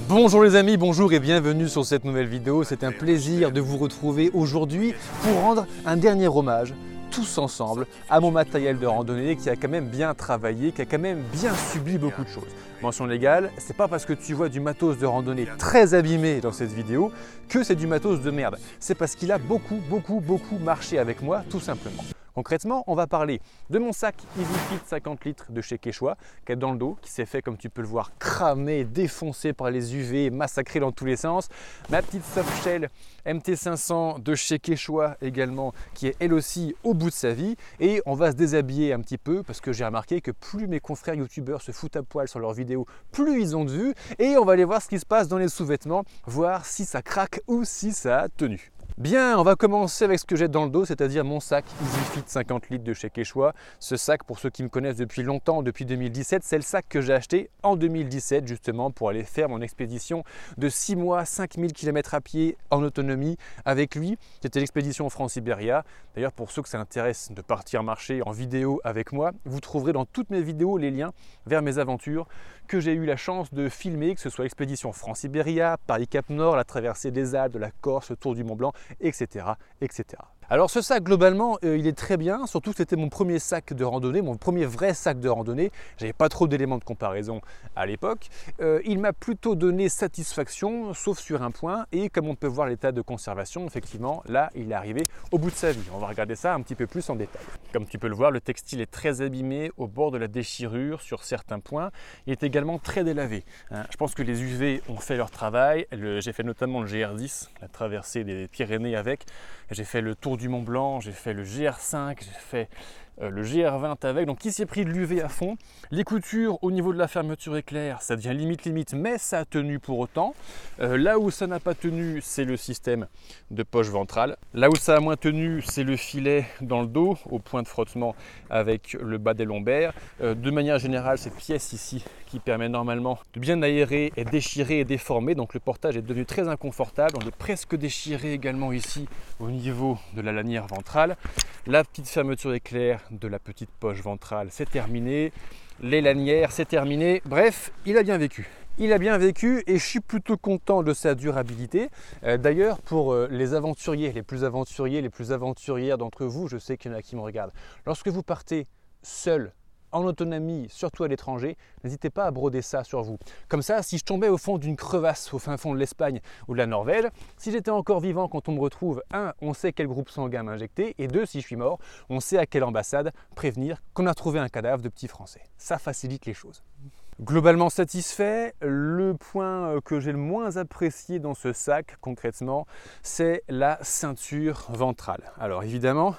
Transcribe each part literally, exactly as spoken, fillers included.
Bonjour les amis, bonjour et bienvenue sur cette nouvelle vidéo. C'est un plaisir de vous retrouver aujourd'hui pour rendre un dernier hommage, tous ensemble, à mon matériel de randonnée qui a quand même bien travaillé, qui a quand même bien subi beaucoup de choses. Mention légale, c'est pas parce que tu vois du matos de randonnée très abîmé dans cette vidéo que c'est du matos de merde. C'est parce qu'il a beaucoup, beaucoup, beaucoup marché avec moi, tout simplement. Concrètement, on va parler de mon sac EasyFit cinquante litres de chez Quechua, qui est dans le dos, qui s'est fait, comme tu peux le voir, cramer, défoncé par les U V, massacré dans tous les sens. Ma petite Softshell M T cinq cents de chez Quechua également, qui est elle aussi au bout de sa vie. Et on va se déshabiller un petit peu, parce que j'ai remarqué que plus mes confrères youtubeurs se foutent à poil sur leurs vidéos, plus ils ont de vues. Et on va aller voir ce qui se passe dans les sous-vêtements, voir si ça craque ou si ça a tenu. Bien, on va commencer avec ce que j'ai dans le dos, c'est-à-dire mon sac EasyFit cinquante litres de chez Quechua. Ce sac, pour ceux qui me connaissent depuis longtemps, depuis deux mille dix-sept, c'est le sac que j'ai acheté en deux mille dix-sept justement pour aller faire mon expédition de six mois, cinq mille kilomètres à pied en autonomie avec lui. C'était l'expédition France-Sibéria. D'ailleurs, pour ceux que ça intéresse de partir marcher en vidéo avec moi, vous trouverez dans toutes mes vidéos les liens vers mes aventures que j'ai eu la chance de filmer, que ce soit l'expédition France-Sibéria, Paris-Cap-Nord, la traversée des Alpes, de la Corse, le tour du Mont-Blanc, et cetera, et cetera. Alors ce sac globalement euh, il est très bien, surtout c'était mon premier sac de randonnée, mon premier vrai sac de randonnée. J'avais pas trop d'éléments de comparaison à l'époque. Euh, il m'a plutôt donné satisfaction, sauf sur un point, et comme on peut voir l'état de conservation, effectivement là il est arrivé au bout de sa vie. On va regarder ça un petit peu plus en détail. Comme tu peux le voir, le textile est très abîmé au bord de la déchirure sur certains points. Il est également très délavé. Hein. Je pense que les U V ont fait leur travail. Le, j'ai fait notamment le G R dix, la traversée des Pyrénées avec. J'ai fait le tour du Mont Blanc, j'ai fait le G R cinq, j'ai fait euh, le G R vingt avec, donc il s'est pris de l'U V à fond. Les coutures au niveau de la fermeture éclair, ça devient limite limite, mais ça a tenu pour autant. Euh, là où ça n'a pas tenu, c'est le système de poche ventrale. Là où ça a moins tenu, c'est le filet dans le dos, au point de frottement avec le bas des lombaires. Euh, de manière générale, cette pièce ici qui permet normalement de bien aérer est déchirée et déformée, donc le portage est devenu très inconfortable. On est presque déchiré également ici au niveau de la lanière ventrale. La petite fermeture éclair de la petite poche ventrale, c'est terminé. Les lanières, c'est terminé. Bref, il a bien vécu. Il a bien vécu et je suis plutôt content de sa durabilité. Euh, D'ailleurs, pour euh, les aventuriers, les plus aventuriers, les plus aventurières d'entre vous, je sais qu'il y en a qui me regardent. Lorsque vous partez seul, en autonomie, surtout à l'étranger, n'hésitez pas à broder ça sur vous. Comme ça, si je tombais au fond d'une crevasse au fin fond de l'Espagne ou de la Norvège, si j'étais encore vivant quand on me retrouve, un, on sait quel groupe sanguin m'injecter, et deux, si je suis mort, on sait à quelle ambassade prévenir qu'on a trouvé un cadavre de petit Français. Ça facilite les choses. Globalement satisfait, le point que j'ai le moins apprécié dans ce sac, concrètement, c'est la ceinture ventrale. Alors évidemment,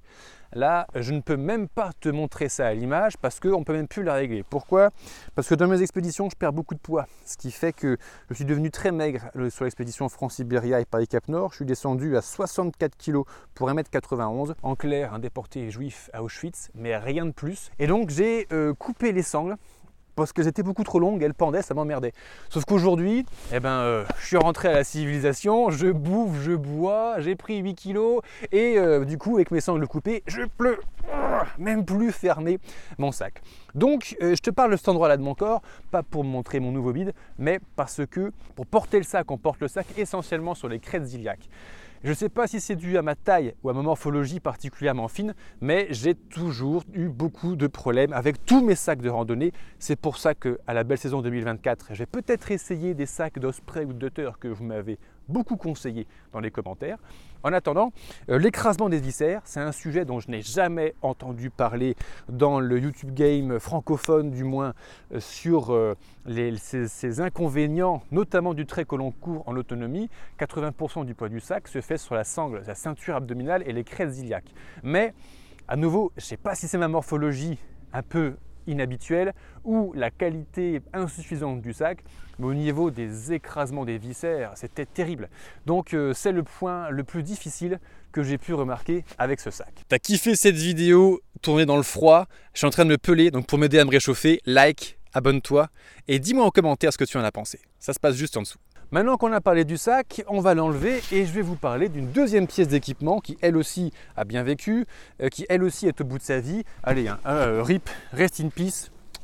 là, je ne peux même pas te montrer ça à l'image parce qu'on ne peut même plus la régler. Pourquoi? Parce que dans mes expéditions, je perds beaucoup de poids. Ce qui fait que je suis devenu très maigre sur l'expédition France-Sibéria et Paris-Cap-Nord. Je suis descendu à soixante-quatre kilos pour un mètre quatre-vingt-onze. En clair, un déporté juif à Auschwitz, mais rien de plus. Et donc, j'ai euh, coupé les sangles parce que j'étais beaucoup trop longue, elle pendait, ça m'emmerdait. Sauf qu'aujourd'hui, eh ben, euh, je suis rentré à la civilisation, je bouffe, je bois, j'ai pris huit kilos et euh, du coup, avec mes sangles coupées, je peux euh, même plus fermer mon sac. Donc, euh, je te parle de cet endroit-là de mon corps, pas pour me montrer mon nouveau bide, mais parce que pour porter le sac, on porte le sac essentiellement sur les crêtes iliaques. Je ne sais pas si c'est dû à ma taille ou à ma morphologie particulièrement fine, mais j'ai toujours eu beaucoup de problèmes avec tous mes sacs de randonnée. C'est pour ça qu'à la belle saison deux mille vingt-quatre, je vais peut-être essayer des sacs d'Osprey ou d'Otter que vous m'avez beaucoup conseillé dans les commentaires. En attendant, euh, l'écrasement des viscères, c'est un sujet dont je n'ai jamais entendu parler dans le YouTube game francophone, du moins euh, sur euh, les, ces, ces inconvénients, notamment du trait que l'on court en autonomie. quatre-vingts pour cent du poids du sac se fait sur la sangle, la ceinture abdominale et les crêtes iliaques. Mais à nouveau, je ne sais pas si c'est ma morphologie un peu inhabituelle ou la qualité insuffisante du sac, mais au niveau des écrasements des viscères, c'était terrible. Donc euh, c'est le point le plus difficile que j'ai pu remarquer avec ce sac. T'as kiffé cette vidéo tournée dans le froid? Je suis en train de me peler, donc pour m'aider à me réchauffer, like, abonne-toi et dis-moi en commentaire ce que tu en as pensé. Ça se passe juste en dessous. Maintenant qu'on a parlé du sac, on va l'enlever et je vais vous parler d'une deuxième pièce d'équipement qui elle aussi a bien vécu, euh, qui elle aussi est au bout de sa vie. Allez, hein, euh, rip, rest in peace,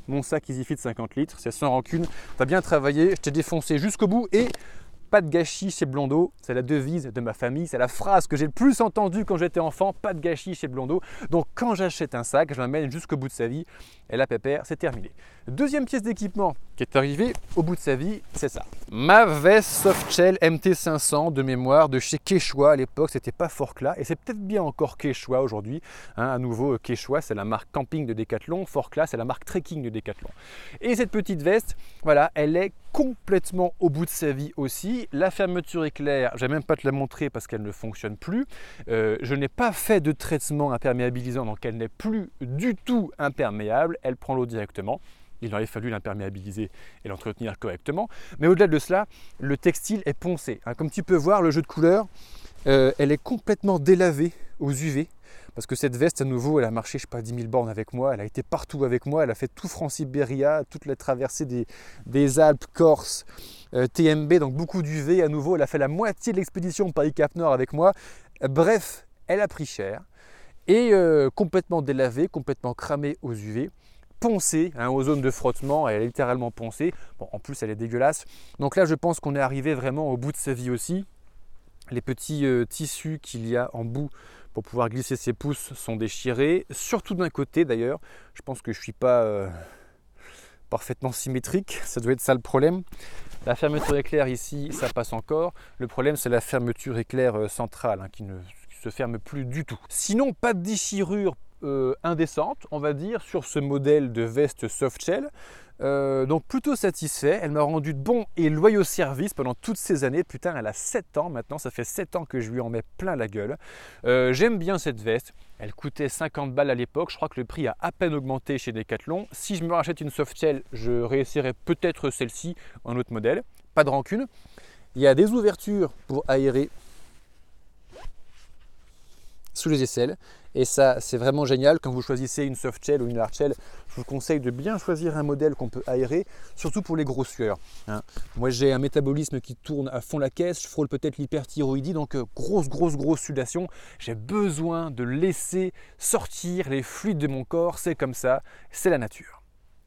mon sac EasyFit cinquante litres, c'est sans rancune. Tu as bien travaillé, je t'ai défoncé jusqu'au bout et pas de gâchis chez Blondeau, c'est la devise de ma famille, c'est la phrase que j'ai le plus entendue quand j'étais enfant, pas de gâchis chez Blondeau. Donc quand j'achète un sac, je l'emmène jusqu'au bout de sa vie et là pépère, c'est terminé. Deuxième pièce d'équipement qui est arrivée au bout de sa vie, c'est ça. Ma veste Softshell M T cinq cents de mémoire de chez Quechua à l'époque, c'était pas Forclaz et c'est peut-être bien encore Quechua aujourd'hui. Hein, à nouveau, Quechua, c'est la marque camping de Decathlon, Forclaz, c'est la marque trekking de Decathlon. Et cette petite veste, voilà, elle est complètement au bout de sa vie aussi. La fermeture éclair, je ne vais même pas te la montrer parce qu'elle ne fonctionne plus. Euh, je n'ai pas fait de traitement imperméabilisant, donc elle n'est plus du tout imperméable. Elle prend l'eau directement. Il aurait fallu l'imperméabiliser et l'entretenir correctement. Mais au-delà de cela, le textile est poncé. Hein, comme tu peux voir, le jeu de couleurs, euh, elle est complètement délavée aux U V. Parce que cette veste, à nouveau, elle a marché, je sais pas, dix mille bornes avec moi, elle a été partout avec moi, elle a fait tout France-Sibéria, toute la traversée des, des Alpes, Corse, euh, T M B, donc beaucoup d'U V. À nouveau, elle a fait la moitié de l'expédition Paris-Cap-Nord avec moi. Bref, elle a pris cher et euh, complètement délavée, complètement cramée aux U V. Poncée, hein, aux zones de frottement, elle est littéralement poncée. Bon, en plus, elle est dégueulasse. Donc là, je pense qu'on est arrivé vraiment au bout de sa vie aussi. Les petits euh, tissus qu'il y a en bout pour pouvoir glisser ses pouces sont déchirés, surtout d'un côté d'ailleurs. Je pense que je ne suis pas euh, parfaitement symétrique, ça doit être ça le problème. La fermeture éclair ici, ça passe encore. Le problème, c'est la fermeture éclair euh, centrale hein, qui ne qui se ferme plus du tout. Sinon, pas de déchirure euh, indécente, on va dire, sur ce modèle de veste Softshell. Euh, donc plutôt satisfait, elle m'a rendu de bons et loyaux services pendant toutes ces années. Putain, elle a sept ans maintenant, ça fait sept ans que je lui en mets plein la gueule. Euh, J'aime bien cette veste, elle coûtait cinquante balles à l'époque, je crois que le prix a à peine augmenté chez Decathlon. Si je me rachète une Softshell, je réessayerai peut-être celle-ci en autre modèle, pas de rancune. Il y a des ouvertures pour aérer sous les aisselles. Et ça, c'est vraiment génial. Quand vous choisissez une Softshell ou une Hardshell, je vous conseille de bien choisir un modèle qu'on peut aérer, surtout pour les grosses sueurs. Hein. Moi, j'ai un métabolisme qui tourne à fond la caisse. Je frôle peut-être l'hyperthyroïdie, donc euh, grosse, grosse, grosse sudation. J'ai besoin de laisser sortir les fluides de mon corps. C'est comme ça, c'est la nature.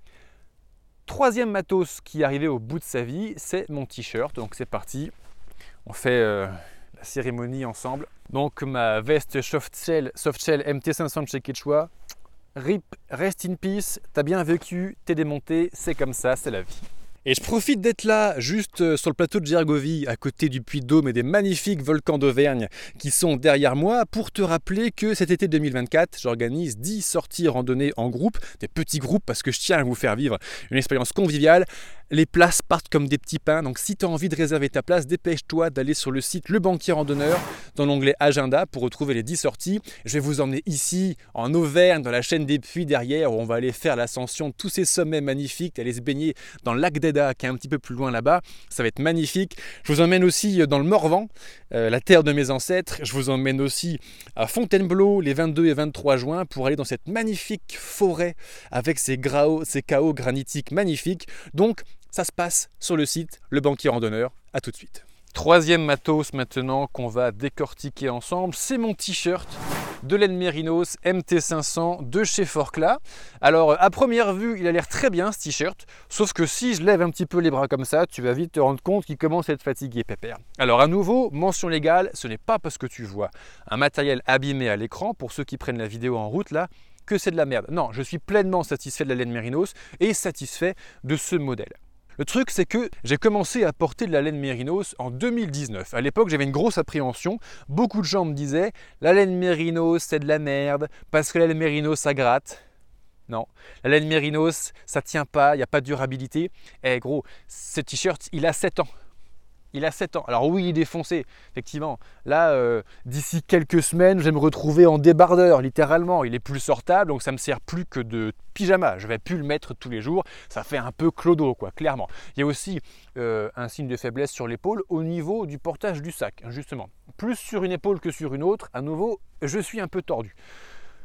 Troisième matos qui est arrivé au bout de sa vie, c'est mon t-shirt. Donc c'est parti. On fait euh, la cérémonie ensemble. Donc ma veste Softshell, Softshell M T cinq cents de chez Quechua, rip, rest in peace, t'as bien vécu, t'es démonté, c'est comme ça, c'est la vie. Et je profite d'être là, juste sur le plateau de Gergovie, à côté du Puy-de-Dôme et des magnifiques volcans d'Auvergne qui sont derrière moi, pour te rappeler que cet été deux mille vingt-quatre, j'organise dix sorties randonnées en groupe, des petits groupes, parce que je tiens à vous faire vivre une expérience conviviale. Les places partent comme des petits pains, donc si tu as envie de réserver ta place, dépêche-toi d'aller sur le site Le Banquier Randonneur, dans l'onglet Agenda, pour retrouver les dix sorties. Je vais vous emmener ici, en Auvergne, dans la chaîne des Puys derrière, où on va aller faire l'ascension de tous ces sommets magnifiques, aller se baigner dans le lac d'Eda, qui est un petit peu plus loin là-bas. Ça va être magnifique. Je vous emmène aussi dans le Morvan, euh, la terre de mes ancêtres. Je vous emmène aussi à Fontainebleau, les vingt-deux et vingt-trois juin, pour aller dans cette magnifique forêt, avec ces, grao, ces chaos granitiques magnifiques. Donc, ça se passe sur le site Le Banquier Randonneur. À tout de suite. Troisième matos maintenant qu'on va décortiquer ensemble, c'est mon t-shirt de laine Mérinos M T cinq cents de chez Forclaz. Alors à première vue, il a l'air très bien ce t-shirt, sauf que si je lève un petit peu les bras comme ça, tu vas vite te rendre compte qu'il commence à être fatigué, pépère. Alors à nouveau, mention légale, ce n'est pas parce que tu vois un matériel abîmé à l'écran, pour ceux qui prennent la vidéo en route là, que c'est de la merde. Non, je suis pleinement satisfait de la laine Mérinos et satisfait de ce modèle. Le truc, c'est que j'ai commencé à porter de la laine Mérinos en deux mille dix-neuf. À l'époque, j'avais une grosse appréhension. Beaucoup de gens me disaient « La laine Mérinos, c'est de la merde, parce que la laine Mérinos, ça gratte. » Non, la laine Mérinos, ça tient pas, il n'y a pas de durabilité. Eh gros, ce t-shirt, il a sept ans. Il a sept ans. Alors oui, il est défoncé, effectivement. Là, euh, d'ici quelques semaines, je vais me retrouver en débardeur, littéralement. Il est plus sortable, donc ça ne me sert plus que de pyjama. Je ne vais plus le mettre tous les jours. Ça fait un peu clodo, quoi, clairement. Il y a aussi euh, un signe de faiblesse sur l'épaule au niveau du portage du sac, justement. Plus sur une épaule que sur une autre. À nouveau, je suis un peu tordu.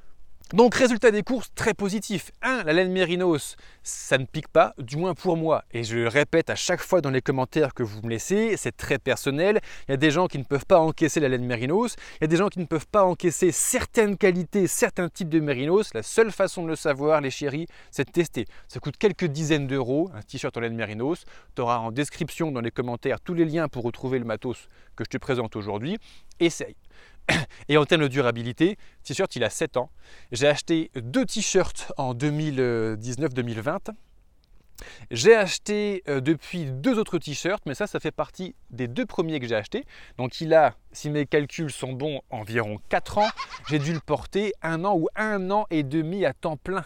Donc résultat des courses, très positif. un. La laine mérinos, ça ne pique pas, du moins pour moi. Et je le répète à chaque fois dans les commentaires que vous me laissez, c'est très personnel. Il y a des gens qui ne peuvent pas encaisser la laine mérinos. Il y a des gens qui ne peuvent pas encaisser certaines qualités, certains types de mérinos. La seule façon de le savoir, les chéris, c'est de tester. Ça coûte quelques dizaines d'euros, un t-shirt en laine mérinos. Tu auras en description dans les commentaires tous les liens pour retrouver le matos que je te présente aujourd'hui. Essaye. Et en termes de durabilité, le t-shirt il a sept ans. J'ai acheté deux t-shirts en deux mille dix-neuf deux mille vingt. J'ai acheté euh, depuis deux autres t-shirts, mais ça, ça fait partie des deux premiers que j'ai achetés. Donc il a, si mes calculs sont bons, environ quatre ans. J'ai dû le porter un an ou un an et demi à temps plein,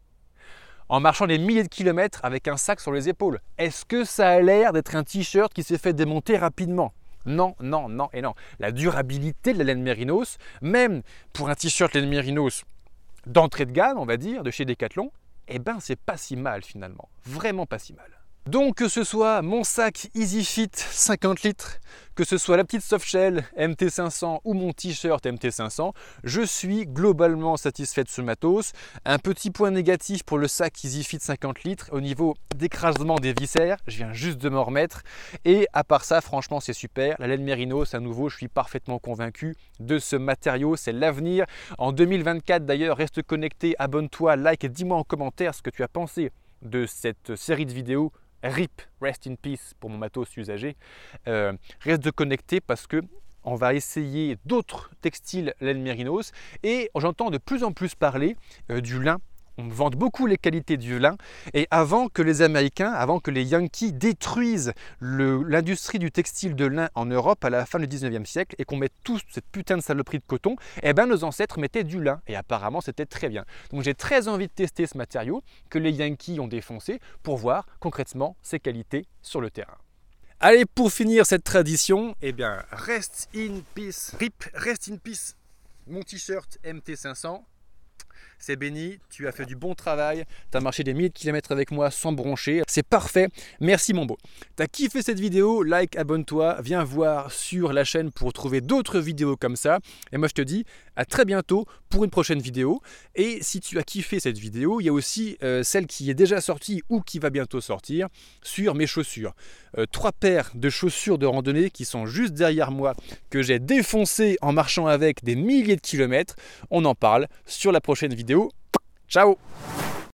en marchant des milliers de kilomètres avec un sac sur les épaules. Est-ce que ça a l'air d'être un t-shirt qui s'est fait démonter rapidement ? Non, non, non et non. La durabilité de la laine mérinos, même pour un t-shirt laine mérinos d'entrée de gamme, on va dire, de chez Decathlon, eh ben c'est pas si mal finalement. Vraiment pas si mal. Donc que ce soit mon sac EasyFit cinquante litres, que ce soit la petite softshell M T cinq cents ou mon t-shirt M T cinq cents, je suis globalement satisfait de ce matos. Un petit point négatif pour le sac EasyFit cinquante litres au niveau d'écrasement des viscères, je viens juste de m'en remettre. Et à part ça, franchement c'est super. La laine mérinos, à nouveau, je suis parfaitement convaincu de ce matériau, c'est l'avenir. En deux mille vingt-quatre d'ailleurs, reste connecté, abonne-toi, like et dis-moi en commentaire ce que tu as pensé de cette série de vidéos. R I P, Rest in Peace pour mon matos usagé. Euh, reste de connecter parce que on va essayer d'autres textiles laine mérinos et j'entends de plus en plus parler euh, du lin. On me vante beaucoup les qualités du lin et avant que les Américains, avant que les Yankees détruisent l'industrie du textile de lin en Europe à la fin du dix-neuvième siècle et qu'on mette tous cette putain de saloperie de coton, eh ben nos ancêtres mettaient du lin et apparemment c'était très bien. Donc j'ai très envie de tester ce matériau que les Yankees ont défoncé pour voir concrètement ses qualités sur le terrain. Allez, pour finir cette tradition, eh bien rest in peace, R I P, rest in peace, mon t-shirt M T cinq cents. C'est béni, tu as fait du bon travail, tu as marché des milliers de kilomètres avec moi sans broncher, c'est parfait, merci mon beau. Tu as kiffé cette vidéo, like, abonne-toi, viens voir sur la chaîne pour trouver d'autres vidéos comme ça. Et moi je te dis à très bientôt pour une prochaine vidéo. Et si tu as kiffé cette vidéo, il y a aussi euh, celle qui est déjà sortie ou qui va bientôt sortir sur mes chaussures. Euh, trois paires de chaussures de randonnée qui sont juste derrière moi, que j'ai défoncées en marchant avec des milliers de kilomètres. On en parle sur la prochaine vidéo. Ciao!